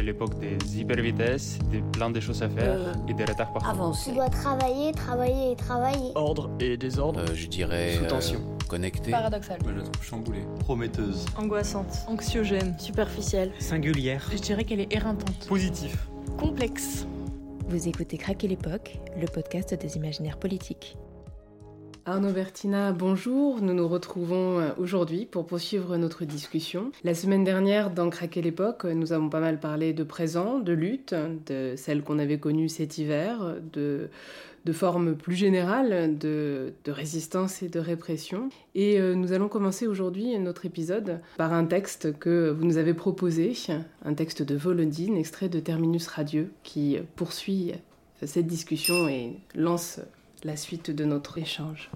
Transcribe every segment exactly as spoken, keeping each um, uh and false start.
l'époque des hypervitesses, des plein de choses à faire euh, et des retards partout. Avancer. Tu dois travailler, travailler et travailler. Ordre et désordre. Euh, je dirais... Sous tension. Euh, connecté. Paradoxal. Moi, je la trouve chamboulée. Prometteuse. Angoissante. Anxiogène. Superficielle. Singulière. Je dirais qu'elle est éreintante. Positif. Complexe. Vous écoutez Craquer l'époque, le podcast des imaginaires politiques. Arnaud Bertina, bonjour. Nous nous retrouvons aujourd'hui pour poursuivre notre discussion. La semaine dernière, dans Craquer l'époque, nous avons pas mal parlé de présent, de lutte, de celle qu'on avait connue cet hiver, de, de formes plus générales de, de résistance et de répression. Et euh, nous allons commencer aujourd'hui notre épisode par un texte que vous nous avez proposé, un texte de Volodine, extrait de Terminus Radieux, qui poursuit cette discussion et lance la suite de notre échange.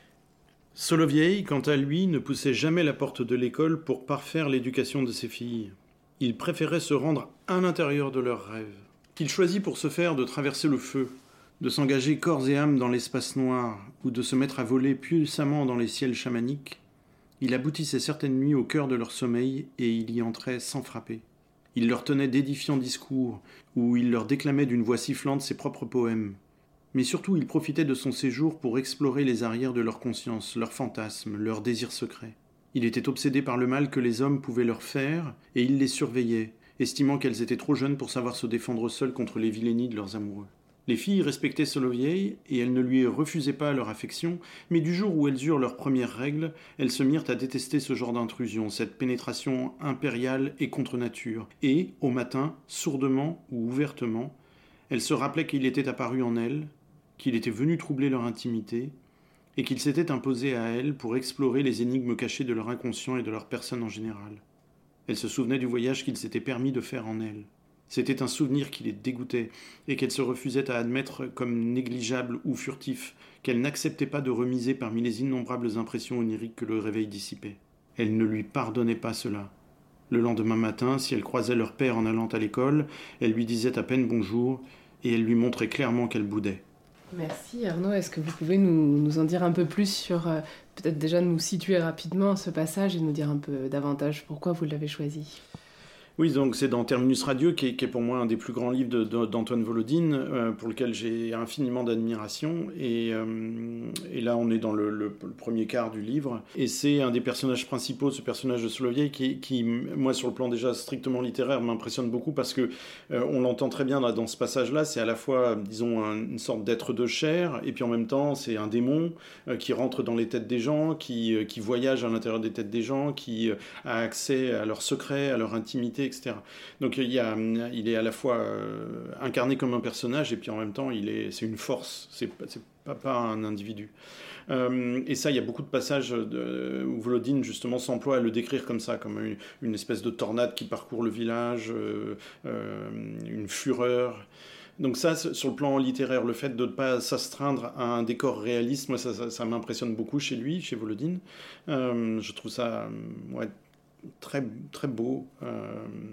Solovieï, quant à lui, ne poussait jamais la porte de l'école pour parfaire l'éducation de ses filles. Il préférait se rendre à l'intérieur de leurs rêves. Qu'il choisit pour ce faire de traverser le feu, de s'engager corps et âme dans l'espace noir, ou de se mettre à voler puissamment dans les ciels chamaniques, il aboutissait certaines nuits au cœur de leur sommeil et il y entrait sans frapper. Il leur tenait d'édifiants discours, où il leur déclamait d'une voix sifflante ses propres poèmes. Mais surtout, il profitait de son séjour pour explorer les arrières de leur conscience, leurs fantasmes, leurs désirs secrets. Il était obsédé par le mal que les hommes pouvaient leur faire, et il les surveillait, estimant qu'elles étaient trop jeunes pour savoir se défendre seules contre les vilainies de leurs amoureux. Les filles respectaient Solovieï, et elles ne lui refusaient pas leur affection, mais du jour où elles eurent leurs premières règles, elles se mirent à détester ce genre d'intrusion, cette pénétration impériale et contre nature, et, au matin, sourdement ou ouvertement, elles se rappelaient qu'il était apparu en elles, qu'il était venu troubler leur intimité, et qu'il s'était imposé à elles pour explorer les énigmes cachées de leur inconscient et de leur personne en général. Elles se souvenaient du voyage qu'il s'était permis de faire en elles. C'était un souvenir qui les dégoûtait, et qu'elles se refusaient à admettre comme négligeable ou furtif, qu'elles n'acceptaient pas de remiser parmi les innombrables impressions oniriques que le réveil dissipait. Elles ne lui pardonnaient pas cela. Le lendemain matin, si elles croisaient leur père en allant à l'école, elles lui disaient à peine bonjour, et elles lui montraient clairement qu'elle boudait. Merci Arnaud, est-ce que vous pouvez nous, nous en dire un peu plus sur, euh, peut-être déjà nous situer rapidement ce passage et nous dire un peu davantage pourquoi vous l'avez choisi ? Oui, donc c'est dans Terminus Radieux, qui est, qui est pour moi un des plus grands livres de, de, d'Antoine Volodine, euh, pour lequel j'ai infiniment d'admiration. Et, euh, et là, on est dans le, le, le premier quart du livre. Et c'est un des personnages principaux, ce personnage de Solovieï, qui, qui, moi, sur le plan déjà strictement littéraire, m'impressionne beaucoup parce que euh, on l'entend très bien là, dans ce passage-là. C'est à la fois, disons, un, une sorte d'être de chair, et puis en même temps, c'est un démon euh, qui rentre dans les têtes des gens, qui, euh, qui voyage à l'intérieur des têtes des gens, qui euh, a accès à leurs secrets, à leur intimité, et cetera. Donc il, y a, il est à la fois euh, incarné comme un personnage et puis en même temps il est, c'est une force, c'est, c'est pas, pas un individu. Euh, et ça, il y a beaucoup de passages de, où Volodine justement s'emploie à le décrire comme ça, comme une, une espèce de tornade qui parcourt le village, euh, euh, une fureur. Donc ça, sur le plan littéraire, le fait de ne pas s'astreindre à un décor réaliste, moi ça, ça, ça m'impressionne beaucoup chez lui, chez Volodine. Euh, je trouve ça... Ouais, très très beau euh,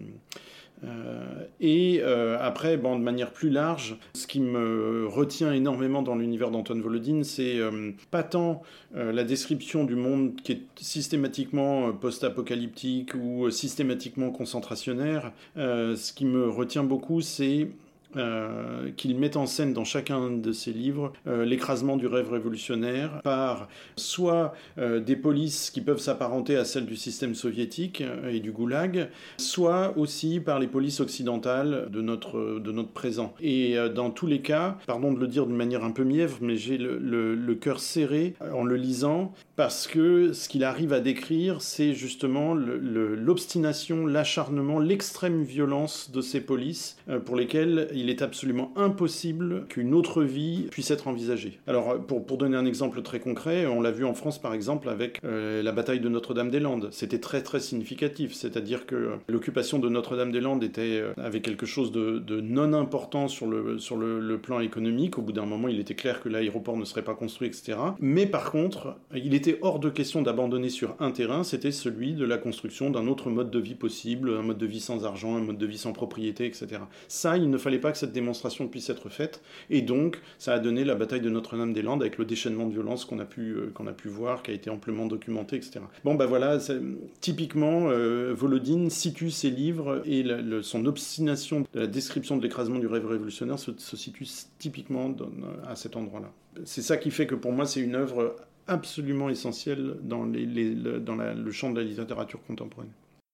euh, et euh, après bon, de manière plus large, ce qui me retient énormément dans l'univers d'Antoine Volodine, c'est euh, pas tant euh, la description du monde qui est systématiquement post-apocalyptique ou systématiquement concentrationnaire. Euh, ce qui me retient beaucoup, c'est Euh, qu'il met en scène dans chacun de ses livres euh, l'écrasement du rêve révolutionnaire par soit euh, des polices qui peuvent s'apparenter à celles du système soviétique euh, et du goulag, soit aussi par les polices occidentales de notre, de notre présent. Et euh, dans tous les cas, pardon de le dire d'une manière un peu mièvre, mais j'ai le, le, le cœur serré en le lisant, parce que ce qu'il arrive à décrire, c'est justement le, le, l'obstination, l'acharnement, l'extrême violence de ces polices euh, pour lesquelles il est absolument impossible qu'une autre vie puisse être envisagée. Alors, pour, pour donner un exemple très concret, on l'a vu en France, par exemple, avec euh, la bataille de Notre-Dame-des-Landes. C'était très, très significatif. C'est-à-dire que l'occupation de Notre-Dame-des-Landes était, euh, avait quelque chose de, de non important sur, le, sur le, le plan économique. Au bout d'un moment, il était clair que l'aéroport ne serait pas construit, et cetera. Mais par contre, il était hors de question d'abandonner sur un terrain, c'était celui de la construction d'un autre mode de vie possible, un mode de vie sans argent, un mode de vie sans propriété, et cetera. Ça, il ne fallait pas que cette démonstration puisse être faite. Et donc, ça a donné la bataille de Notre-Dame-des-Landes avec le déchaînement de violence qu'on a pu, euh, qu'on a pu voir, qui a été amplement documenté, et cetera. Bon, ben voilà, typiquement, euh, Volodine situe ses livres et le, le, son obstination de la description de l'écrasement du rêve révolutionnaire se, se situe typiquement dans, à cet endroit-là. C'est ça qui fait que pour moi, c'est une œuvre absolument essentielle dans, les, les, le, dans la, le champ de la littérature contemporaine.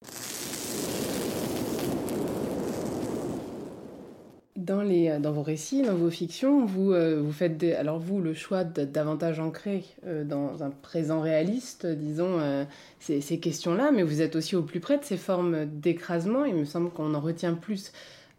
Dans, les, dans vos récits, dans vos fictions, vous, euh, vous faites des, alors vous, le choix d'être davantage ancré euh, dans un présent réaliste, disons, euh, ces, ces questions-là, mais vous êtes aussi au plus près de ces formes d'écrasement. Il me semble qu'on en retient plus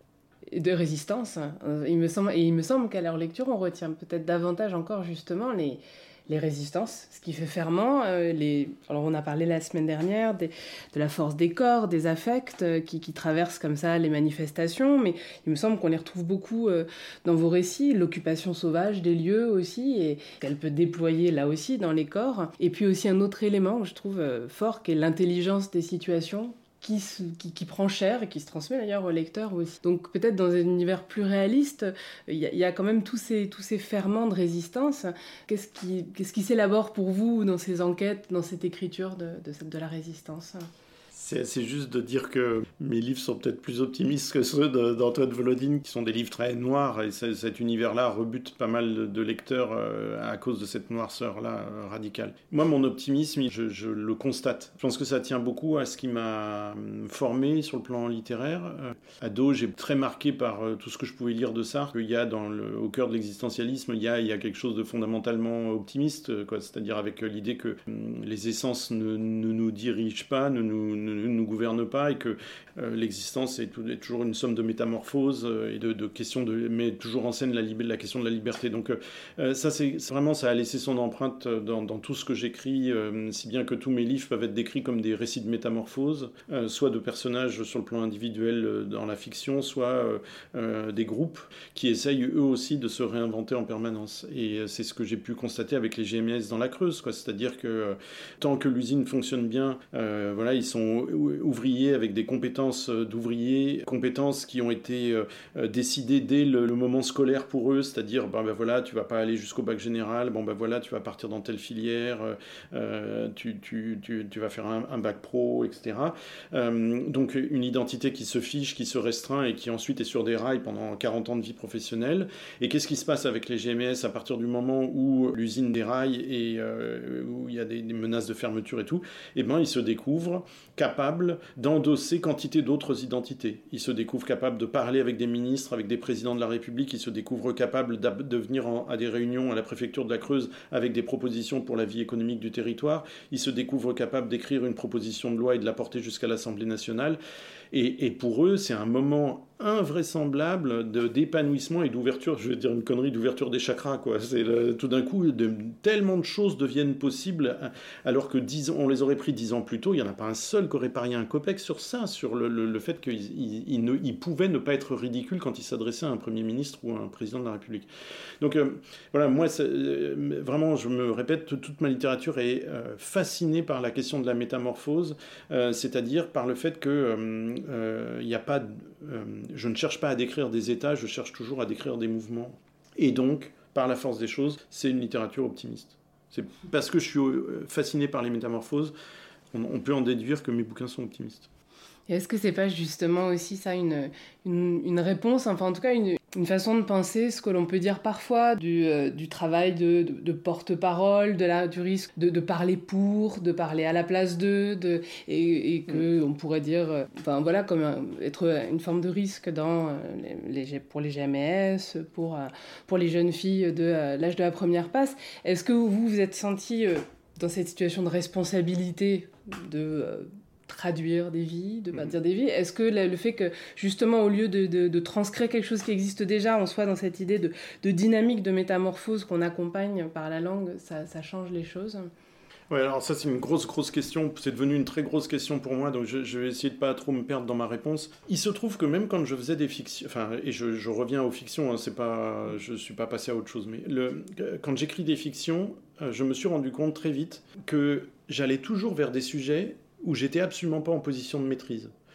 de résistance. Il me semble, et il me semble qu'à leur lecture, on retient peut-être davantage encore justement les... les résistances, ce qui fait ferment. Euh, les... Alors on a parlé la semaine dernière des... de la force des corps, des affects euh, qui, qui traversent comme ça les manifestations, mais il me semble qu'on les retrouve beaucoup euh, dans vos récits, l'occupation sauvage des lieux aussi, et qu'elle peut déployer là aussi dans les corps. Et puis aussi un autre élément que je trouve euh, fort, qui est l'intelligence des situations, Qui, se, qui, qui prend cher et qui se transmet d'ailleurs au lecteur aussi. Donc peut-être dans un univers plus réaliste, il y, y a quand même tous ces, tous ces ferments de résistance. Qu'est-ce qui, qu'est-ce qui s'élabore pour vous dans ces enquêtes, dans cette écriture de, de, de la résistance ? C'est, c'est juste de dire que mes livres sont peut-être plus optimistes que ceux de, d'Antoine Volodine, qui sont des livres très noirs, et c- cet univers-là rebute pas mal de, de lecteurs euh, à cause de cette noirceur-là euh, radicale. Moi, mon optimisme, je, je le constate. Je pense que ça tient beaucoup à ce qui m'a formé sur le plan littéraire. Euh, ado, j'ai très marqué par euh, tout ce que je pouvais lire de Sartre. Il y a dans le, au cœur de l'existentialisme, il y a, il y a quelque chose de fondamentalement optimiste, quoi, c'est-à-dire avec euh, l'idée que euh, les essences ne, ne nous dirigent pas, ne nous... Ne, ne nous gouverne pas et que euh, l'existence est, est toujours une somme de métamorphoses euh, et de, de questions de, mais toujours en scène la, lib- la question de la liberté. Donc euh, ça c'est, c'est vraiment ça a laissé son empreinte dans, dans tout ce que j'écris, euh, si bien que tous mes livres peuvent être décrits comme des récits de métamorphose, euh, soit de personnages sur le plan individuel euh, dans la fiction, soit euh, euh, des groupes qui essayent eux aussi de se réinventer en permanence. Et euh, c'est ce que j'ai pu constater avec les G M S dans la Creuse, quoi. C'est-à-dire que euh, tant que l'usine fonctionne bien, euh, voilà, ils sont ouvriers avec des compétences d'ouvriers, compétences qui ont été euh, décidées dès le, le moment scolaire pour eux, c'est-à-dire ben, ben voilà, tu vas pas aller jusqu'au bac général, bon ben voilà, tu vas partir dans telle filière, euh, tu, tu, tu, tu vas faire un, un bac pro, et cetera. Euh, donc une identité qui se fiche, qui se restreint et qui ensuite est sur des rails pendant quarante ans de vie professionnelle. Et qu'est-ce qui se passe avec les G M S à partir du moment où l'usine déraille et euh, où il y a des, des menaces de fermeture et tout? Eh ben ils se découvrent capables d'endosser quantité d'autres identités. Ils se découvrent capables de parler avec des ministres, avec des présidents de la République. Ils se découvrent capables de venir en, à des réunions à la préfecture de la Creuse avec des propositions pour la vie économique du territoire. Ils se découvrent capables d'écrire une proposition de loi et de la porter jusqu'à l'Assemblée nationale. Et, et pour eux, c'est un moment invraisemblable de, d'épanouissement et d'ouverture, je vais dire une connerie, d'ouverture des chakras, quoi. C'est le, tout d'un coup, de, tellement de choses deviennent possibles, alors que dix ans, on les aurait pris dix ans plus tôt, il n'y en a pas un seul qui aurait parié un copec sur ça, sur le, le, le fait qu'ils ils, ils ne, ils pouvaient ne pas être ridicules quand ils s'adressaient à un Premier ministre ou à un président de la République. Donc euh, voilà, moi, euh, vraiment, je me répète, toute ma littérature est euh, fascinée par la question de la métamorphose, euh, c'est-à-dire par le fait que euh, euh, y a pas... Euh, je ne cherche pas à décrire des états, je cherche toujours à décrire des mouvements. Et donc, par la force des choses, c'est une littérature optimiste. C'est parce que je suis fasciné par les métamorphoses, on, on peut en déduire que mes bouquins sont optimistes. Et est-ce que c'est pas justement aussi ça une, une, une réponse, enfin en tout cas une, une façon de penser ce que l'on peut dire parfois du, euh, du travail de, de, de porte-parole, de la, du risque de, de parler pour, de parler à la place d'eux, de, et, et que mmh. on pourrait dire, euh, enfin voilà, comme un, être une forme de risque dans, euh, les, les, pour les G M S, pour, euh, pour les jeunes filles de euh, l'âge de la première passe. Est-ce que vous vous êtes senti euh, dans cette situation de responsabilité de... Euh, traduire des vies, de bâtir des vies. Est-ce que le fait que, justement, au lieu de, de, de transcrire quelque chose qui existe déjà, on soit dans cette idée de, de dynamique, de métamorphose qu'on accompagne par la langue, ça, ça change les choses ? Ouais, alors ça c'est une grosse grosse question, c'est devenu une très grosse question pour moi, donc je, je vais essayer de pas trop me perdre dans ma réponse. Il se trouve que même quand je faisais des fictions, enfin, et je, je reviens aux fictions, hein, c'est pas, je suis pas passé à autre chose, mais le, quand j'écris des fictions, je me suis rendu compte très vite que j'allais toujours vers des sujets où j'étais absolument pas en position de maîtrise.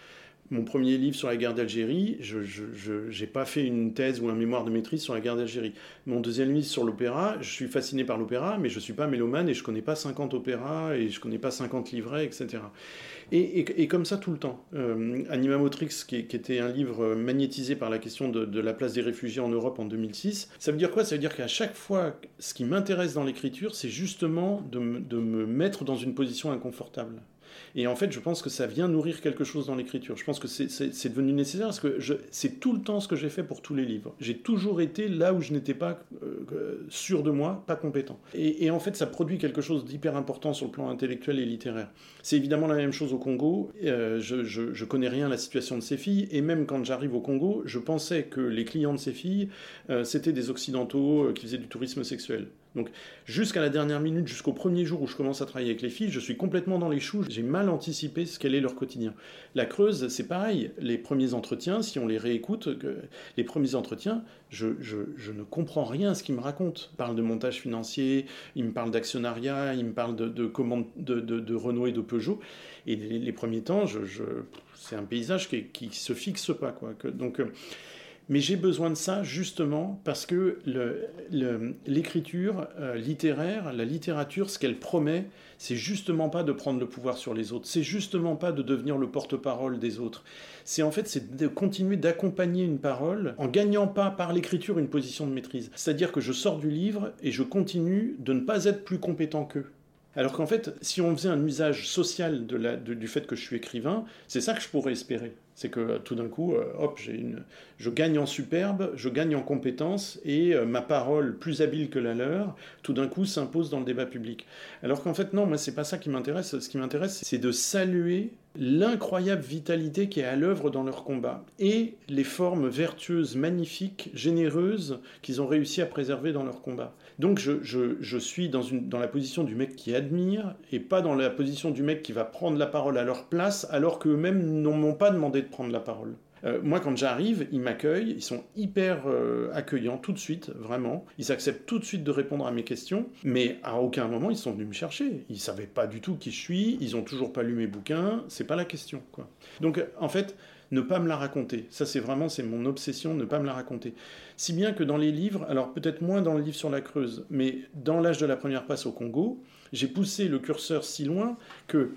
Mon premier livre sur la guerre d'Algérie, je n'ai pas fait une thèse ou un mémoire de maîtrise sur la guerre d'Algérie. Mon deuxième livre sur l'opéra, je suis fasciné par l'opéra, mais je ne suis pas mélomane et je ne connais pas cinquante opéras et je ne connais pas cinquante livrets, et cetera. Et, et, et comme ça tout le temps. Euh, Anima Motrix, qui, qui était un livre magnétisé par la question de, de la place des réfugiés en Europe en deux mille six, ça veut dire quoi? Ça veut dire qu'à chaque fois, ce qui m'intéresse dans l'écriture, c'est justement de me, de me mettre dans une position inconfortable. Et en fait, je pense que ça vient nourrir quelque chose dans l'écriture. Je pense que c'est, c'est, c'est devenu nécessaire parce que je, c'est tout le temps ce que j'ai fait pour tous les livres. J'ai toujours été là où je n'étais pas euh, sûr de moi, pas compétent. Et, et en fait, ça produit quelque chose d'hyper important sur le plan intellectuel et littéraire. C'est évidemment la même chose au Congo. Euh, je, je, je connais rien à la situation de ces filles. Et même quand j'arrive au Congo, je pensais que les clients de ces filles, euh, c'était des Occidentaux euh, qui faisaient du tourisme sexuel. Donc jusqu'à la dernière minute, jusqu'au premier jour où je commence à travailler avec les filles, je suis complètement dans les choux, j'ai mal anticipé ce qu'elle est leur quotidien. La Creuse, c'est pareil, les premiers entretiens, si on les réécoute, les premiers entretiens, je, je, je ne comprends rien à ce qu'ils me racontent. Ils parlent de montage financier, ils me parlent d'actionnariat, ils me parlent de, de commandes de, de, de Renault et de Peugeot, et les, les premiers temps, je, je, c'est un paysage qui ne se fixe pas, quoi. Que, donc... Mais j'ai besoin de ça justement parce que le, le, l'écriture euh, littéraire, la littérature, ce qu'elle promet, c'est justement pas de prendre le pouvoir sur les autres, c'est justement pas de devenir le porte-parole des autres. C'est en fait c'est de continuer d'accompagner une parole en gagnant pas par l'écriture une position de maîtrise. C'est-à-dire que je sors du livre et je continue de ne pas être plus compétent qu'eux. Alors qu'en fait, si on faisait un usage social de la, de, du fait que je suis écrivain, c'est ça que je pourrais espérer. C'est que tout d'un coup, euh, hop, j'ai une, je gagne en superbe, je gagne en compétence, et euh, ma parole, plus habile que la leur, tout d'un coup s'impose dans le débat public. Alors qu'en fait, non, moi, c'est pas ça qui m'intéresse. Ce qui m'intéresse, c'est de saluer l'incroyable vitalité qui est à l'œuvre dans leur combat, et les formes vertueuses, magnifiques, généreuses qu'ils ont réussi à préserver dans leur combat. Donc je, je, je suis dans, une, dans la position du mec qui admire, et pas dans la position du mec qui va prendre la parole à leur place, alors qu'eux-mêmes ne m'ont pas demandé de prendre la parole. Euh, moi, quand j'arrive, ils m'accueillent, ils sont hyper euh, accueillants tout de suite, vraiment. Ils acceptent tout de suite de répondre à mes questions, mais à aucun moment, ils sont venus me chercher. Ils ne savaient pas du tout qui je suis, ils n'ont toujours pas lu mes bouquins, c'est pas la question, quoi. Donc, en fait, ne pas me la raconter. Ça, c'est vraiment, c'est mon obsession, ne pas me la raconter. Si bien que dans les livres, alors peut-être moins dans le livre sur la Creuse, mais dans l'âge de la première passe au Congo, j'ai poussé le curseur si loin que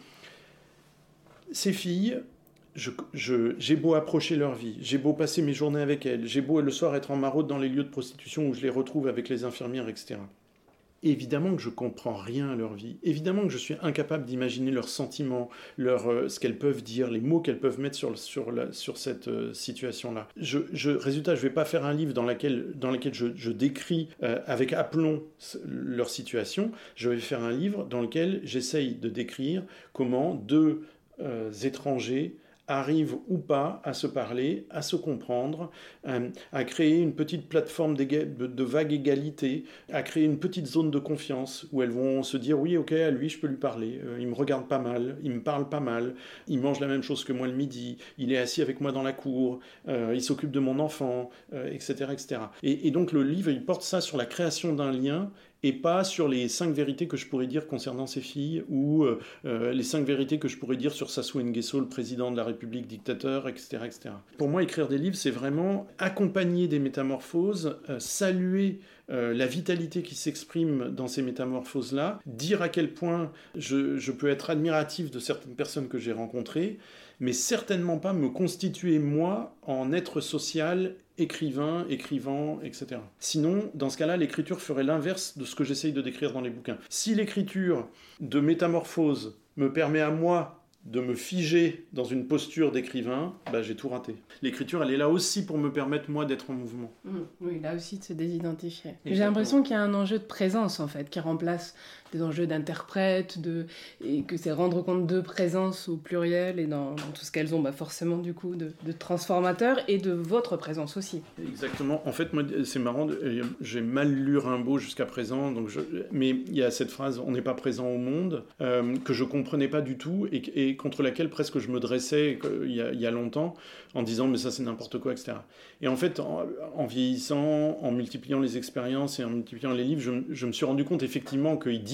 ces filles... Je, je, j'ai beau approcher leur vie, j'ai beau passer mes journées avec elles, j'ai beau le soir être en maraude dans les lieux de prostitution où je les retrouve avec les infirmières, et cetera. Évidemment que je comprends rien à leur vie, évidemment que je suis incapable d'imaginer leurs sentiments, leur, euh, ce qu'elles peuvent dire, les mots qu'elles peuvent mettre sur, sur, la, sur cette euh, situation-là. Je, je, résultat, je ne vais pas faire un livre dans lequel, dans lequel je, je décris euh, avec aplomb leur situation, je vais faire un livre dans lequel j'essaye de décrire comment deux euh, étrangers arrivent ou pas à se parler, à se comprendre, euh, à créer une petite plateforme de, de vague égalité, à créer une petite zone de confiance où elles vont se dire « oui, ok, à lui, je peux lui parler, euh, il me regarde pas mal, il me parle pas mal, il mange la même chose que moi le midi, il est assis avec moi dans la cour, euh, il s'occupe de mon enfant, euh, et cetera et cetera » Et, et donc le livre, il porte ça sur la création d'un lien et pas sur les cinq vérités que je pourrais dire concernant ces filles, ou euh, les cinq vérités que je pourrais dire sur Sassou Nguesso, le président de la République dictateur, et cetera et cetera. Pour moi, écrire des livres, c'est vraiment accompagner des métamorphoses, euh, saluer euh, la vitalité qui s'exprime dans ces métamorphoses-là, dire à quel point je, je peux être admiratif de certaines personnes que j'ai rencontrées, mais certainement pas me constituer, moi, en être social, écrivain, écrivant, et cetera. Sinon, dans ce cas-là, l'écriture ferait l'inverse de ce que j'essaye de décrire dans les bouquins. Si l'écriture de métamorphose me permet à moi de me figer dans une posture d'écrivain, bah, j'ai tout raté. L'écriture, elle est là aussi pour me permettre, moi, d'être en mouvement. Mmh, oui, là aussi de se désidentifier. Exactement. J'ai l'impression qu'il y a un enjeu de présence, en fait, qui remplace des enjeux d'interprète, de... et que c'est rendre compte de présence au pluriel, et dans, dans tout ce qu'elles ont, bah, forcément, du coup, de, de transformateur, et de votre présence aussi. Exactement. En fait, moi, c'est marrant, j'ai mal lu Rimbaud jusqu'à présent, donc je... mais il y a cette phrase « on n'est pas présent au monde euh, », que je comprenais pas du tout, et, et contre laquelle presque je me dressais il y a, il y a longtemps, en disant « mais ça, c'est n'importe quoi », et cetera. Et en fait, en, en vieillissant, en multipliant les expériences et en multipliant les livres, je, je me suis rendu compte effectivement qu'il dit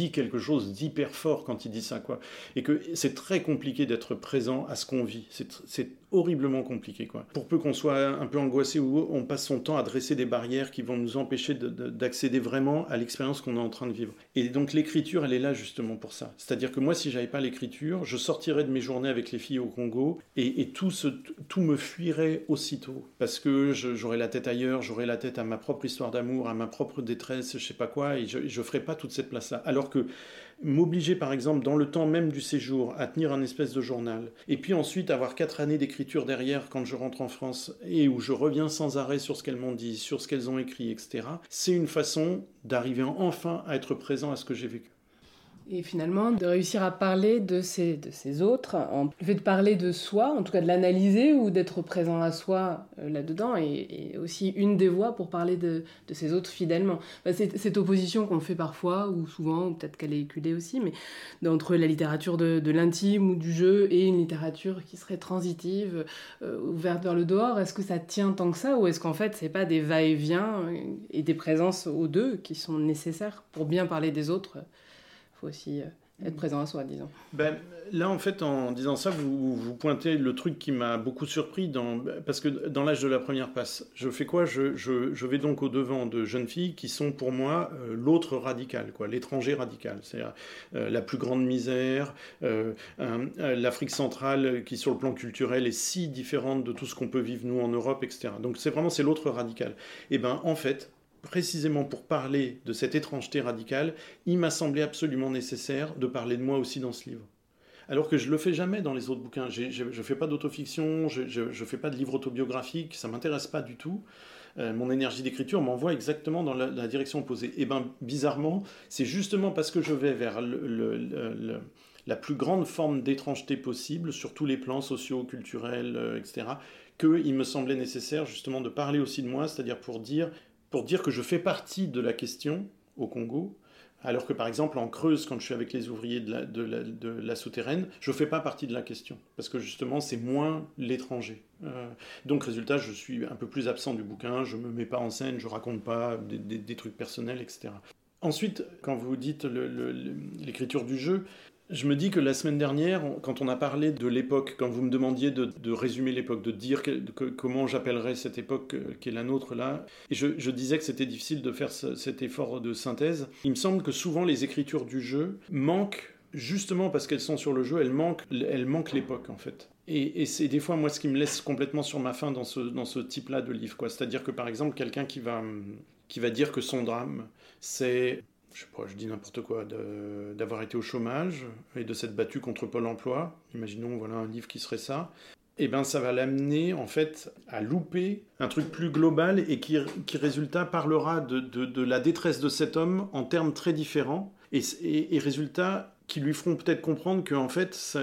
dit quelque chose d'hyper fort quand il dit ça, quoi. Et que c'est très compliqué d'être présent à ce qu'on vit. C'est, c'est horriblement compliqué, quoi. Pour peu qu'on soit un peu angoissé ou on passe son temps à dresser des barrières qui vont nous empêcher de, de, d'accéder vraiment à l'expérience qu'on est en train de vivre. Et donc l'écriture, elle est là justement pour ça. C'est-à-dire que moi, si j'avais pas l'écriture, je sortirais de mes journées avec les filles au Congo et, et tout, se, tout me fuirait aussitôt. Parce que je, j'aurais la tête ailleurs, j'aurais la tête à ma propre histoire d'amour, à ma propre détresse, je sais pas quoi, et je ne ferais pas toute cette place-là. Alors que m'obliger, par exemple, dans le temps même du séjour, à tenir un espèce de journal, et puis ensuite avoir quatre années d'écriture derrière quand je rentre en France, et où je reviens sans arrêt sur ce qu'elles m'ont dit, sur ce qu'elles ont écrit, et cetera, c'est une façon d'arriver enfin à être présent à ce que j'ai vécu. Et finalement, de réussir à parler de ces, de ces autres, en, le fait de parler de soi, en tout cas de l'analyser ou d'être présent à soi euh, là-dedans, est, est aussi une des voies pour parler de, de ces autres fidèlement. Enfin, c'est cette opposition qu'on fait parfois, ou souvent, ou peut-être qu'elle est éculée aussi, mais entre la littérature de, de l'intime ou du jeu et une littérature qui serait transitive, euh, ouverte vers le dehors, est-ce que ça tient tant que ça, ou est-ce qu'en fait, c'est pas des va-et-vient et des présences aux deux qui sont nécessaires pour bien parler des autres ? Il faut aussi être présent à soi, disons. Ben, là, en fait, en disant ça, vous, vous pointez le truc qui m'a beaucoup surpris, dans, parce que dans l'âge de la première passe, je fais quoi je, je, je vais donc au-devant de jeunes filles qui sont pour moi euh, l'autre radical, quoi, l'étranger radical, c'est-à-dire euh, la plus grande misère, euh, euh, l'Afrique centrale qui, sur le plan culturel, est si différente de tout ce qu'on peut vivre, nous, en Europe, et cetera. Donc, c'est vraiment, c'est l'autre radical. Et bien, en fait, précisément pour parler de cette étrangeté radicale, il m'a semblé absolument nécessaire de parler de moi aussi dans ce livre. Alors que je ne le fais jamais dans les autres bouquins. J'ai, je ne fais pas d'autofiction, je ne fais pas de livre autobiographique, ça ne m'intéresse pas du tout. Euh, mon énergie d'écriture m'envoie exactement dans la, la direction opposée. Et bien, bizarrement, c'est justement parce que je vais vers le, le, le, le, la plus grande forme d'étrangeté possible, sur tous les plans sociaux, culturels, euh, et cetera, qu'il me semblait nécessaire justement de parler aussi de moi, c'est-à-dire pour dire... pour dire que je fais partie de la question au Congo, alors que par exemple en Creuse, quand je suis avec les ouvriers de la, de la, de la souterraine, je ne fais pas partie de la question, parce que justement c'est moins l'étranger. Euh, donc résultat, je suis un peu plus absent du bouquin, je ne me mets pas en scène, je ne raconte pas des, des, des trucs personnels, et cetera. Ensuite, quand vous dites le, le, le, l'écriture du jeu, je me dis que la semaine dernière, quand on a parlé de l'époque, quand vous me demandiez de, de résumer l'époque, de dire que, que, comment j'appellerais cette époque qui est la nôtre là, et je, je disais que c'était difficile de faire ce, cet effort de synthèse, il me semble que souvent les écritures du jeu manquent, justement parce qu'elles sont sur le jeu, elles manquent, elles manquent l'époque en fait. Et, et c'est des fois moi ce qui me laisse complètement sur ma faim dans ce, dans ce type-là de livre, quoi. C'est-à-dire que par exemple quelqu'un qui va, qui va dire que son drame, c'est... je sais pas, je dis n'importe quoi, de, d'avoir été au chômage et de s'être battu contre Pôle emploi, imaginons voilà un livre qui serait ça, et bien ça va l'amener en fait à louper un truc plus global et qui, qui résultat parlera de, de, de la détresse de cet homme en termes très différents, et, et, et résultats qui lui feront peut-être comprendre que en fait ça,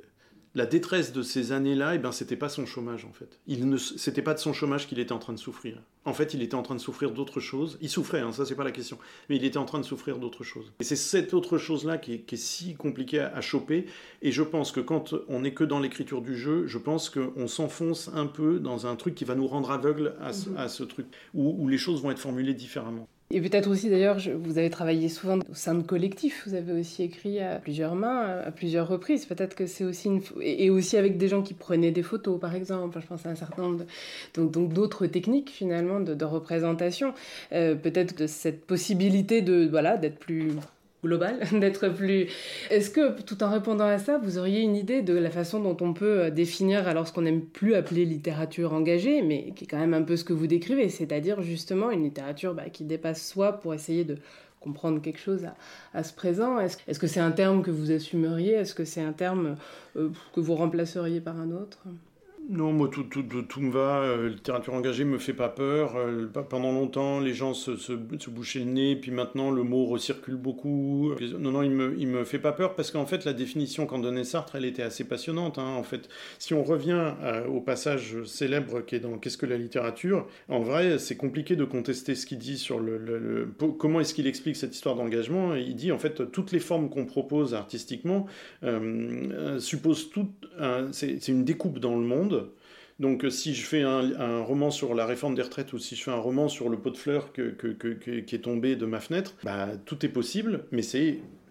la détresse de ces années-là, eh ben, c'était pas son chômage, en fait. Il ne, c'était pas de son chômage qu'il était en train de souffrir. En fait, il était en train de souffrir d'autre chose. Il souffrait, hein, ça, c'est pas la question. Mais il était en train de souffrir d'autre chose. Et c'est cette autre chose-là qui est, qui est si compliquée à, à choper. Et je pense que quand on n'est que dans l'écriture du jeu, je pense qu'on s'enfonce un peu dans un truc qui va nous rendre aveugles à ce, à ce truc, où, où les choses vont être formulées différemment. Et peut-être aussi, d'ailleurs, je, vous avez travaillé souvent au sein de collectifs, vous avez aussi écrit à plusieurs mains, à plusieurs reprises. Peut-être que c'est aussi une... Et aussi avec des gens qui prenaient des photos, par exemple. Enfin, je pense à un certain nombre de... Donc, donc d'autres techniques, finalement, de, de représentation. Euh, peut-être de cette possibilité de, voilà, d'être plus... global, d'être plus... Est-ce que, tout en répondant à ça, vous auriez une idée de la façon dont on peut définir alors ce qu'on n'aime plus appeler littérature engagée, mais qui est quand même un peu ce que vous décrivez, c'est-à-dire justement une littérature bah, qui dépasse soi pour essayer de comprendre quelque chose à, à ce présent. Est-ce, est-ce que c'est un terme que vous assumeriez ? Est-ce que c'est un terme euh, que vous remplaceriez par un autre ? Non, moi, tout, tout, tout me va. Euh, littérature engagée me fait pas peur. Euh, pendant longtemps, les gens se, se, se bouchaient le nez, puis maintenant, le mot recircule beaucoup. Non, non, il me, il me fait pas peur, parce qu'en fait, la définition qu'en donnait Sartre, elle était assez passionnante. Hein, en fait, si on revient euh, au passage célèbre qui est dans « Qu'est-ce que la littérature ?», en vrai, c'est compliqué de contester ce qu'il dit sur le... le, le comment est-ce qu'il explique cette histoire d'engagement. Il dit, en fait, toutes les formes qu'on propose artistiquement euh, euh, supposent toutes... Euh, c'est, c'est une découpe dans le monde. Donc si je fais un, un roman sur la réforme des retraites ou si je fais un roman sur le pot de fleurs que, que, que, que, qui est tombé de ma fenêtre, bah, tout est possible, mais c'est,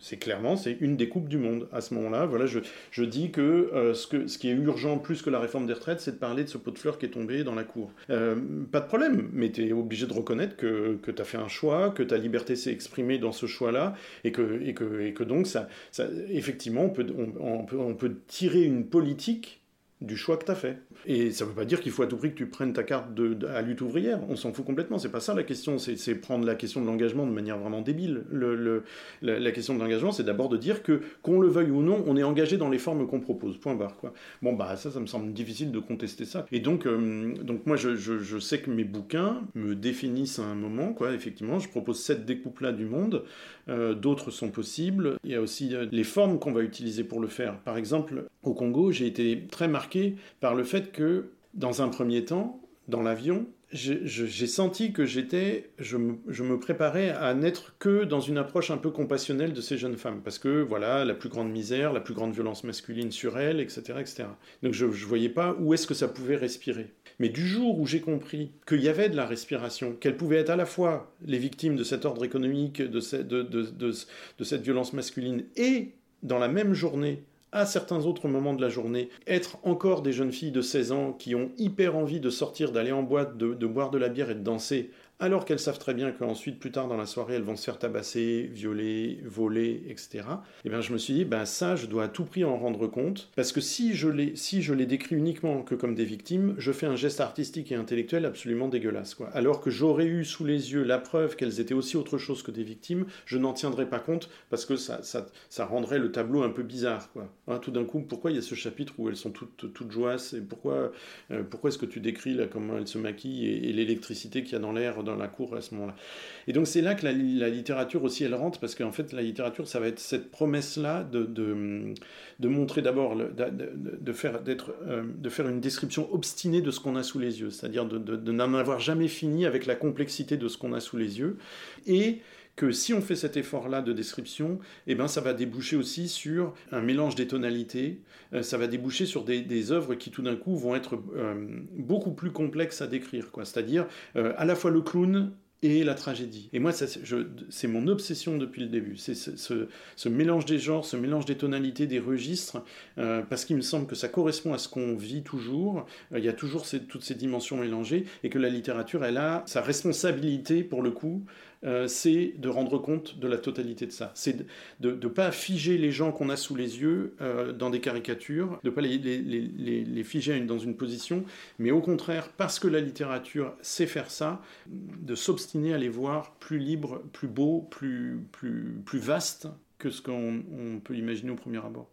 C'est clairement, c'est une des coupes du monde. À ce moment-là, voilà, je, je dis que, euh, ce que ce qui est urgent plus que la réforme des retraites, c'est de parler de ce pot de fleurs qui est tombé dans la cour. Euh, pas de problème, mais tu es obligé de reconnaître que, que tu as fait un choix, que ta liberté s'est exprimée dans ce choix-là, et que, et que, et que donc, ça, ça, effectivement, on peut, on, on peut, on peut tirer une politique du choix que tu as fait. Et ça ne veut pas dire qu'il faut à tout prix que tu prennes ta carte de, de, à lutte ouvrière. On s'en fout complètement. C'est pas ça la question. C'est, c'est prendre la question de l'engagement de manière vraiment débile. Le, le, la, la question de l'engagement, c'est d'abord de dire que, qu'on le veuille ou non, on est engagé dans les formes qu'on propose. Point barre, quoi. Bon, bah, ça, ça me semble difficile de contester ça. Et donc, euh, donc moi, je, je, je sais que mes bouquins me définissent à un moment, quoi. Effectivement, je propose cette découpe-là du monde. Euh, d'autres sont possibles. Il y a aussi euh, les formes qu'on va utiliser pour le faire. Par exemple, au Congo, j'ai été très marqué par le fait que, dans un premier temps, dans l'avion, j'ai, j'ai senti que j'étais, je me, je me préparais à n'être que dans une approche un peu compassionnelle de ces jeunes femmes. Parce que, voilà, la plus grande misère, la plus grande violence masculine sur elles, et cetera, et cetera. Donc je ne voyais pas où est-ce que ça pouvait respirer. Mais du jour où j'ai compris qu'il y avait de la respiration, qu'elles pouvaient être à la fois les victimes de cet ordre économique, de, ce, de, de, de, de cette violence masculine, et dans la même journée, à certains autres moments de la journée, être encore des jeunes filles de seize ans qui ont hyper envie de sortir, d'aller en boîte, de, de boire de la bière et de danser, alors qu'elles savent très bien qu'ensuite, plus tard dans la soirée, elles vont se faire tabasser, violer, voler, et cetera. Et bien je me suis dit, ben ça, je dois à tout prix en rendre compte, parce que si je les, si je les décris uniquement que comme des victimes, je fais un geste artistique et intellectuel absolument dégueulasse, quoi. Alors que j'aurais eu sous les yeux la preuve qu'elles étaient aussi autre chose que des victimes, je n'en tiendrais pas compte, parce que ça, ça, ça rendrait le tableau un peu bizarre, quoi. Hein, tout d'un coup, pourquoi il y a ce chapitre où elles sont toutes, toutes joyeuses, et pourquoi, euh, pourquoi est-ce que tu décris là, comment elles se maquillent, et, et l'électricité qu'il y a dans l'air, dans la cour à ce moment-là. Et donc c'est là que la, la littérature aussi elle rentre, parce qu'en fait la littérature ça va être cette promesse-là de, de, de montrer d'abord, le, de, de, de, faire, d'être, euh, de faire une description obstinée de ce qu'on a sous les yeux, c'est-à-dire de, de, de n'en avoir jamais fini avec la complexité de ce qu'on a sous les yeux, et que si on fait cet effort-là de description, eh ben, ça va déboucher aussi sur un mélange des tonalités, euh, ça va déboucher sur des, des œuvres qui tout d'un coup vont être euh, beaucoup plus complexes à décrire, quoi. C'est-à-dire euh, à la fois le clown et la tragédie. Et moi, ça, c'est, je, c'est mon obsession depuis le début. C'est ce, ce, ce mélange des genres, ce mélange des tonalités, des registres, euh, parce qu'il me semble que ça correspond à ce qu'on vit toujours. Euh, il y a toujours ces, toutes ces dimensions mélangées, et que la littérature, elle a sa responsabilité, pour le coup, euh, c'est de rendre compte de la totalité de ça. C'est de ne pas figer les gens qu'on a sous les yeux euh, dans des caricatures, de ne pas les, les, les, les figer dans une position, mais au contraire, parce que la littérature sait faire ça, de s'obstiner à les voir plus libres, plus beaux, plus, plus, plus vastes que ce qu'on on peut imaginer au premier abord.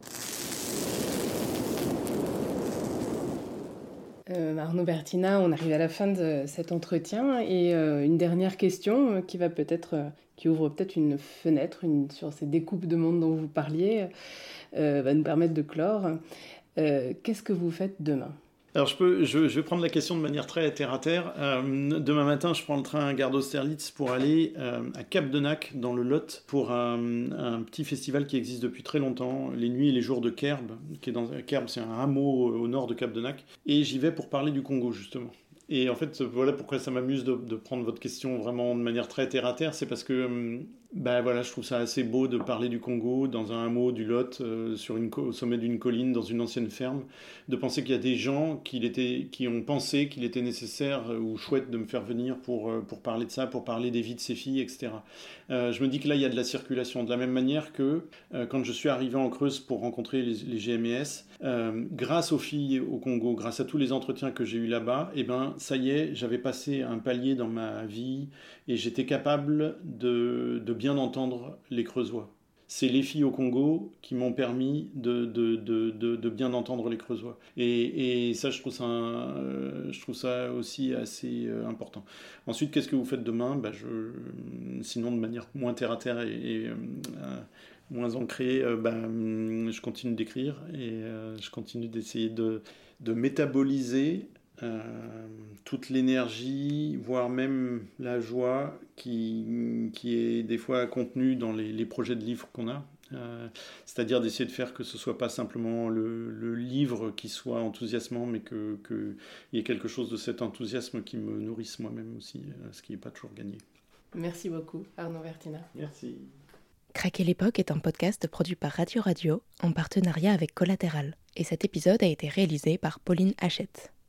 Euh, Arnaud Bertina, on arrive à la fin de cet entretien et euh, une dernière question euh, qui va peut-être, euh, qui ouvre peut-être une fenêtre une, sur ces découpes de monde dont vous parliez, euh, va nous permettre de clore. Euh, qu'est-ce que vous faites demain ? Alors je, peux, je, je vais prendre la question de manière très terre-à-terre. Euh, demain matin, je prends le train Gare d'Austerlitz pour aller euh, à Cap-de-Nac, dans le Lot, pour un, un petit festival qui existe depuis très longtemps, les nuits et les jours de Kerb, qui est dans Kerb, c'est un hameau au nord de Cap-de-Nac, et j'y vais pour parler du Congo, justement. Et en fait, voilà pourquoi ça m'amuse de, de prendre votre question vraiment de manière très terre-à-terre, c'est parce que ben voilà, je trouve ça assez beau de parler du Congo dans un hameau du Lot, euh, sur une, au sommet d'une colline, dans une ancienne ferme, de penser qu'il y a des gens qui, était, qui ont pensé qu'il était nécessaire ou chouette de me faire venir pour, pour parler de ça, pour parler des vies de ces filles, et cetera. Euh, je me dis que là, il y a de la circulation, de la même manière que euh, quand je suis arrivé en Creuse pour rencontrer les, les G M E S, euh, grâce aux filles au Congo, grâce à tous les entretiens que j'ai eus là-bas, eh ben, ça y est, j'avais passé un palier dans ma vie et j'étais capable de, de bien entendre les Creusois. C'est les filles au Congo qui m'ont permis de, de, de, de, de bien entendre les Creusois. Et, et ça, je trouve ça, euh, je trouve ça aussi assez euh, important. Ensuite, qu'est-ce que vous faites demain ? Ben, je, sinon, de manière moins terre-à-terre et, et euh, moins ancrée, euh, ben, je continue d'écrire et euh, je continue d'essayer de, de métaboliser Euh, toute l'énergie, voire même la joie qui, qui est des fois contenue dans les, les projets de livres qu'on a. Euh, c'est-à-dire d'essayer de faire que ce ne soit pas simplement le, le livre qui soit enthousiasmant, mais qu'il que y ait quelque chose de cet enthousiasme qui me nourrisse moi-même aussi, ce qui n'est pas toujours gagné. Merci beaucoup, Arnaud Bertina. Merci. Craquer l'époque est un podcast produit par Radio Radio en partenariat avec Collatéral. Et cet épisode a été réalisé par Pauline Hachette.